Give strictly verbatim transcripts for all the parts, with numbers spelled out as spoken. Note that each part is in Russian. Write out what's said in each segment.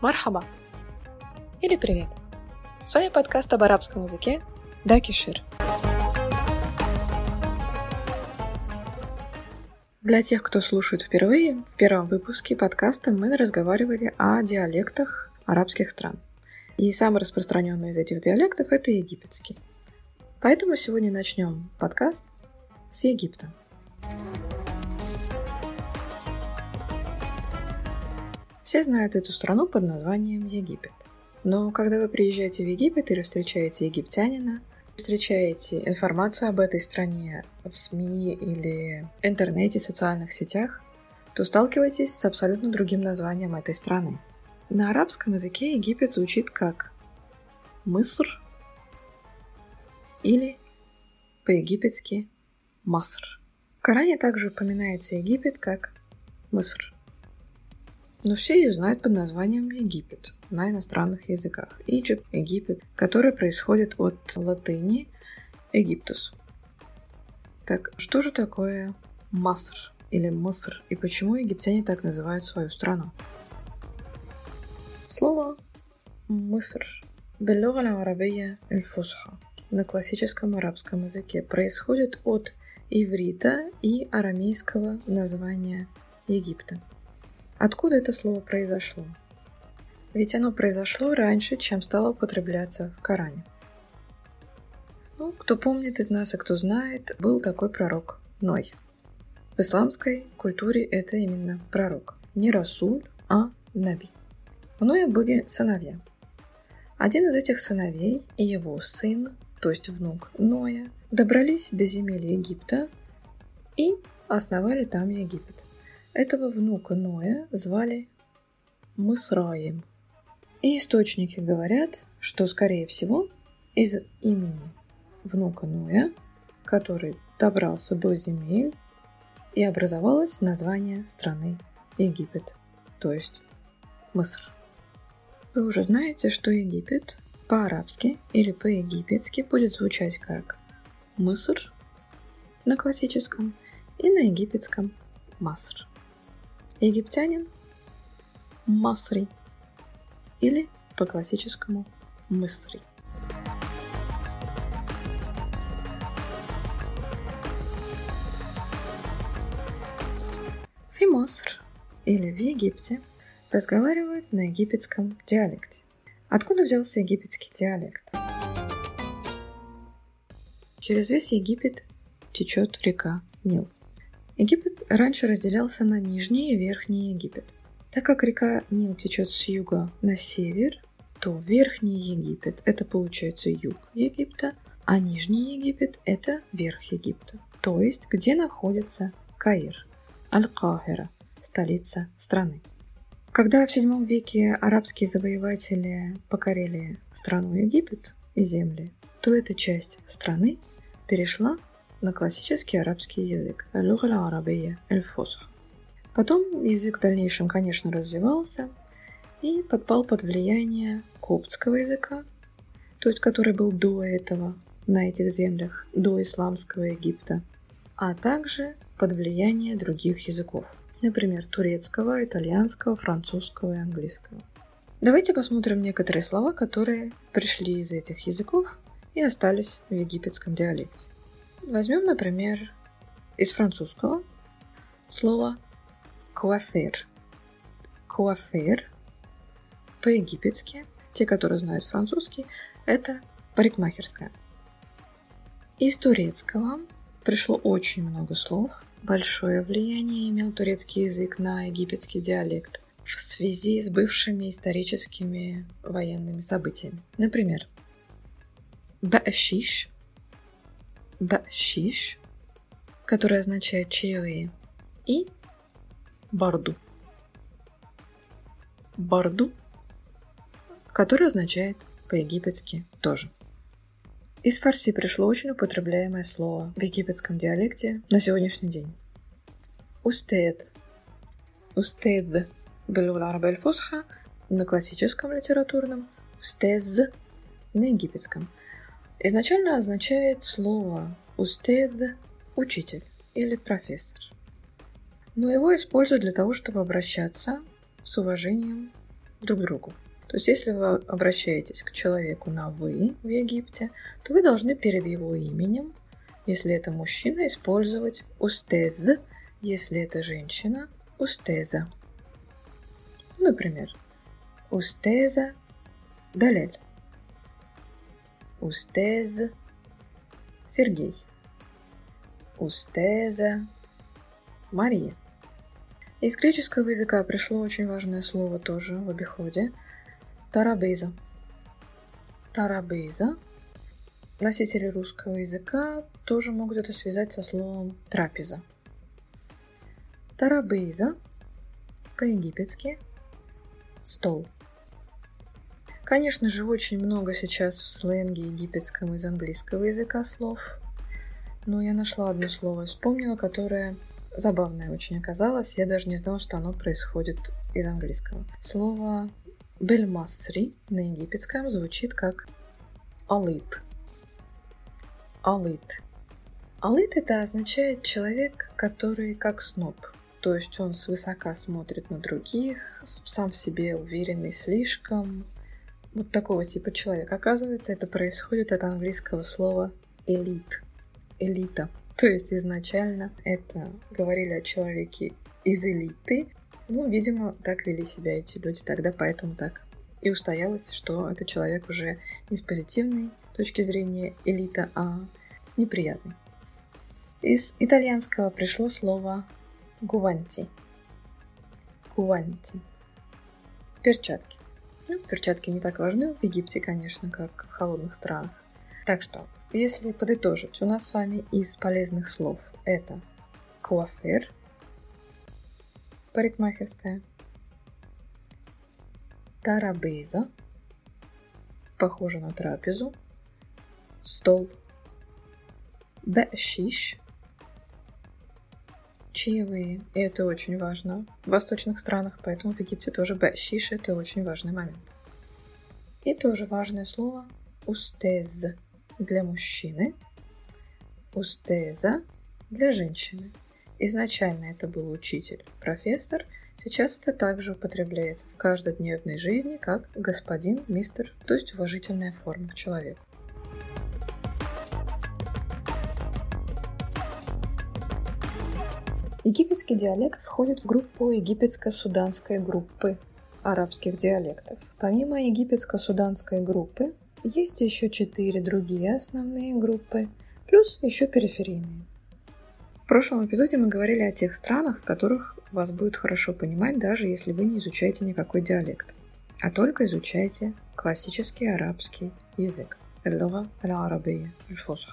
Мархаба или привет. С вами подкаст об арабском языке Дакишир. Для тех, кто слушает впервые, в первом выпуске подкаста мы разговаривали о диалектах арабских стран. И самый распространенный из этих диалектов – это египетский. Поэтому сегодня начнем подкаст с Египта. Все знают эту страну под названием Египет. Но когда вы приезжаете в Египет или встречаете египтянина, встречаете информацию об этой стране в СМИ или интернете, социальных сетях, то сталкиваетесь с абсолютно другим названием этой страны. На арабском языке Египет звучит как Мыср или по-египетски Маср. В Коране также упоминается Египет как Мыср. Но все ее знают под названием Египет на иностранных языках. Egypt, Египет, который происходит от латыни Египтус. Так, что же такое Маср или Мыср и почему египтяне так называют свою страну? Слово Мыср باللغة العربية الفصحى на классическом арабском языке происходит от иврита и арамейского названия Египта. Откуда это слово произошло? Ведь оно произошло раньше, чем стало употребляться в Коране. Ну, кто помнит из нас и кто знает, был такой пророк Ной. В исламской культуре это именно пророк. Не Расуль, а Наби. У Ноя были сыновья. Один из этих сыновей и его сын, то есть внук Ноя, добрались до земель Египта и основали там Египет. Этого внука Ноя звали Мысраим. И источники говорят, что, скорее всего, из имени внука Ноя, который добрался до земель, и образовалось название страны Египет, то есть Мыср. Вы уже знаете, что Египет по-арабски или по-египетски будет звучать как Мыср на классическом и на египетском Маср. Египтянин – Масри или по-классическому Мысри. В Маср или в Египте разговаривают на египетском диалекте. Откуда взялся египетский диалект? Через весь Египет течет река Нил. Египет раньше разделялся на Нижний и Верхний Египет. Так как река Нил течет с юга на север, то Верхний Египет – это получается юг Египта, а Нижний Египет – это верх Египта, то есть где находится Каир, Аль-Кахира, столица страны. Когда в седьмом веке арабские завоеватели покорили страну Египет и земли, то эта часть страны перешла на классический арабский язык اللغة العربية الفصحى. Потом язык в дальнейшем, конечно, развивался и подпал под влияние коптского языка, то есть который был до этого на этих землях, до исламского Египта, а также под влияние других языков, например, турецкого, итальянского, французского и английского. Давайте посмотрим некоторые слова, которые пришли из этих языков и остались в египетском диалекте. Возьмем, например, из французского слово «куафер». «Куафер» по-египетски, те, которые знают французский, это парикмахерская. Из турецкого пришло очень много слов. Большое влияние имел турецкий язык на египетский диалект в связи с бывшими историческими военными событиями. Например, «ба'шиш», «ба'шиш», который означает «чаевые», и «барду». «Барду», который означает по-египетски тоже. Из фарси пришло очень употребляемое слово в египетском диалекте на сегодняшний день. «Устед». «Устед» باللغة العربية الفصحى на классическом литературном, «устез» на египетском. Изначально означает слово «устед» – учитель или профессор. Но его используют для того, чтобы обращаться с уважением друг другу. То есть, если вы обращаетесь к человеку на «вы» в Египте, то вы должны перед его именем, если это мужчина, использовать «устез», если это женщина – «устеза». Например, «устеза Далель», «устез Сергей», «устеза Мария». Из греческого языка пришло очень важное слово тоже в обиходе – тарабеза. Тарабеза. Носители русского языка тоже могут это связать со словом трапеза. Тарабеза по-египетски стол. Конечно же, очень много сейчас в сленге египетском из английского языка слов, но я нашла одно слово, вспомнила, которое забавное очень оказалось. Я даже не знала, что оно происходит из английского. Слово бельмасри на египетском звучит как алит. Алит. Алит это означает человек, который как сноб. То есть он свысока смотрит на других, сам в себе уверенный слишком. Вот такого типа человек. Оказывается, это происходит от английского слова элит. Элита. То есть изначально это говорили о человеке из элиты. Ну, видимо, так вели себя эти люди тогда, поэтому так и устоялось, что это человек уже не с позитивной точки зрения элита, а с неприятной. Из итальянского пришло слово гуванти. Гуванти. Перчатки. Ну, перчатки не так важны в Египте, конечно, как в холодных странах. Так что, если подытожить, у нас с вами из полезных слов это куафер, парикмахерская, тарабеза, похоже на трапезу, стол, бэшиш, чаевые, и это очень важно в восточных странах, поэтому в Египте тоже бэшиш – это очень важный момент. И тоже важное слово устез для мужчины, устеза для женщины. Изначально это был учитель, профессор, сейчас это также употребляется в каждодневной жизни как господин, мистер, то есть уважительная форма к человеку. Египетский диалект входит в группу египетско-суданской группы арабских диалектов. Помимо египетско-суданской группы, есть еще четыре другие основные группы, плюс еще периферийные. В прошлом эпизоде мы говорили о тех странах, в которых вас будет хорошо понимать, даже если вы не изучаете никакой диалект, а только изучаете классический арабский язык. اللغة العربية الفصحى.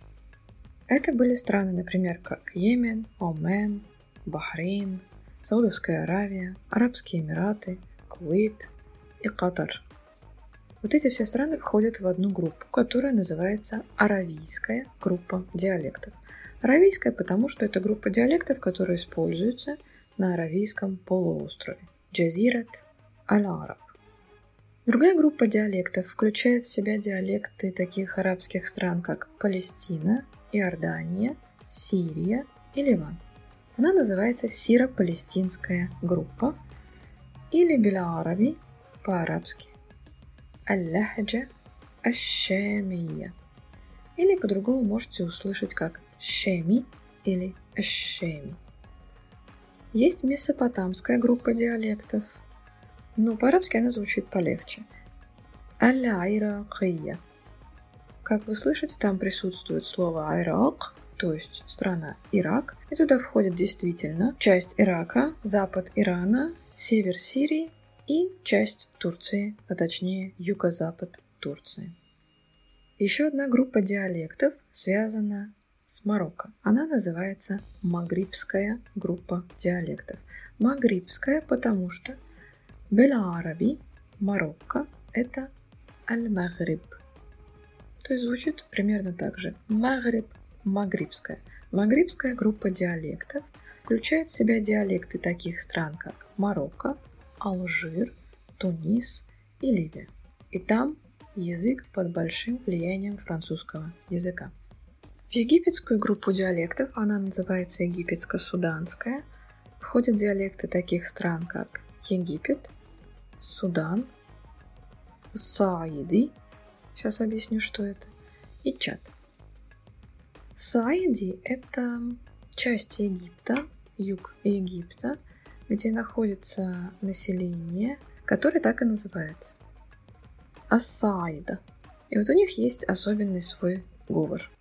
Это были страны, например, как Йемен, Омен, Бахрейн, Саудовская Аравия, Арабские Эмираты, Кувейт и Катар. Вот эти все страны входят в одну группу, которая называется аравийская группа диалектов. Аравийская, потому что это группа диалектов, которые используются на Аравийском полуострове. Джазират аль-Араб. Другая группа диалектов включает в себя диалекты таких арабских стран, как Палестина, Иордания, Сирия и Ливан. Она называется сиро-палестинская группа или бель-араби по-арабски аль-лахджа аш-шамия. Или по-другому можете услышать как шеми или аш-шами. Есть месопотамская группа диалектов, но по-арабски она звучит полегче. Аль-айракия. Как вы слышите, там присутствует слово «айрак», то есть страна Ирак, и туда входит действительно часть Ирака, запад Ирана, север Сирии и часть Турции, а точнее юго-запад Турции. Еще одна группа диалектов связана с Марокко. Она называется магрибская группа диалектов. Магрибская, потому что бель-араби, Марокко – это аль-Магриб. То есть звучит примерно так же. Магриб, магрибская. Магрибская группа диалектов включает в себя диалекты таких стран, как Марокко, Алжир, Тунис и Ливия. И там язык под большим влиянием французского языка. В египетскую группу диалектов, она называется египетско-суданская, входят диалекты таких стран, как Египет, Судан, Сааиди, сейчас объясню, что это, и Чад. Сааиди – это часть Египта, юг Египта, где находится население, которое так и называется – Ас-Сааида. И вот у них есть особенный свой говор.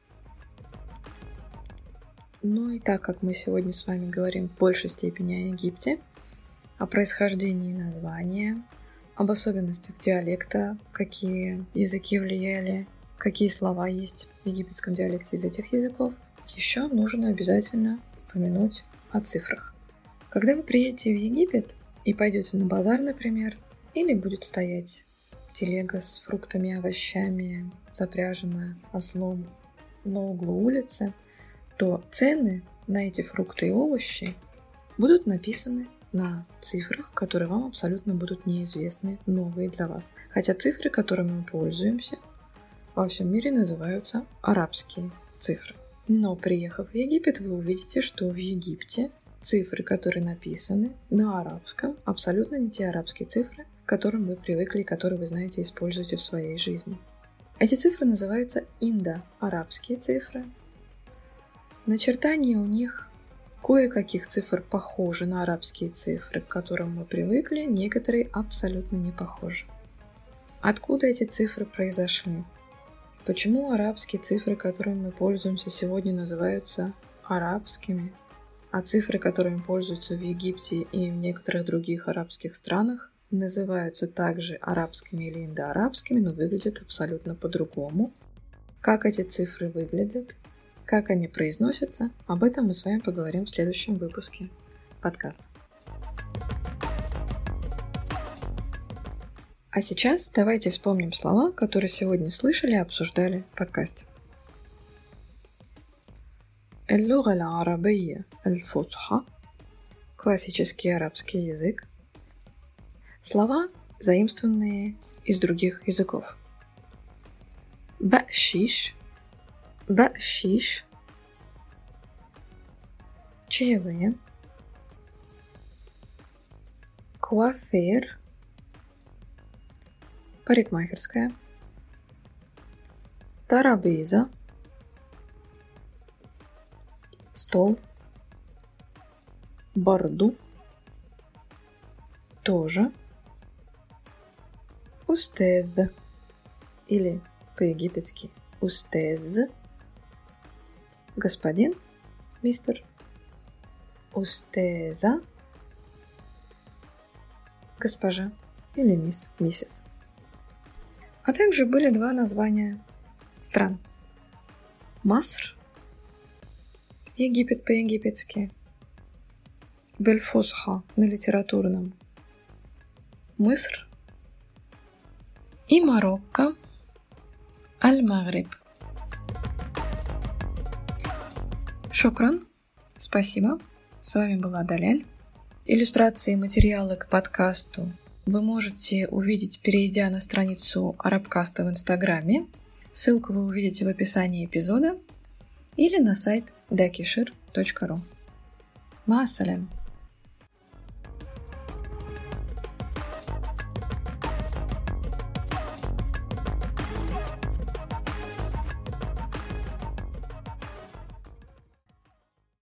Ну и так как мы сегодня с вами говорим в большей степени о Египте, о происхождении названия, об особенностях диалекта, какие языки влияли, какие слова есть в египетском диалекте из этих языков, еще нужно обязательно упомянуть о цифрах. Когда вы приедете в Египет и пойдете на базар, например, или будет стоять телега с фруктами и овощами, запряженная ослом на углу улицы, то цены на эти фрукты и овощи будут написаны на цифрах, которые вам абсолютно будут неизвестны, новые для вас. Хотя цифры, которыми мы пользуемся, во всем мире называются арабские цифры. Но приехав в Египет, вы увидите, что в Египте цифры, которые написаны на арабском, абсолютно не те арабские цифры, к которым вы привыкли и которые вы знаете и используете в своей жизни. Эти цифры называются индо-арабские цифры. Начертания у них кое-каких цифр похожи на арабские цифры, к которым мы привыкли, некоторые абсолютно не похожи. Откуда эти цифры произошли? Почему арабские цифры, которыми мы пользуемся сегодня, называются арабскими, а цифры, которыми пользуются в Египте и в некоторых других арабских странах, называются также арабскими или индоарабскими, но выглядят абсолютно по-другому? Как эти цифры выглядят? Как они произносятся, об этом мы с вами поговорим в следующем выпуске подкаста. А сейчас давайте вспомним слова, которые сегодня слышали и обсуждали в подкасте. اللغة العربية الفصحى – классический арабский язык. Слова, заимствованные из других языков. Башиш – Башиш, чаевые, куафер, парикмахерская, тарабиза, стол, барду, тоже, устез, или по-египетски устез, господин, мистер, устеза, госпожа или мисс, миссис. А также были два названия стран. Маср, Египет по-египетски, Бель-Фусха на литературном, Мыср и Марокко, Аль-Магриб. Шукран, спасибо. С вами была Даляль. Иллюстрации и материалы к подкасту вы можете увидеть, перейдя на страницу Арабкаста в Инстаграме. Ссылку вы увидите в описании эпизода или на сайт дакишир точка ру. Ма ассалям.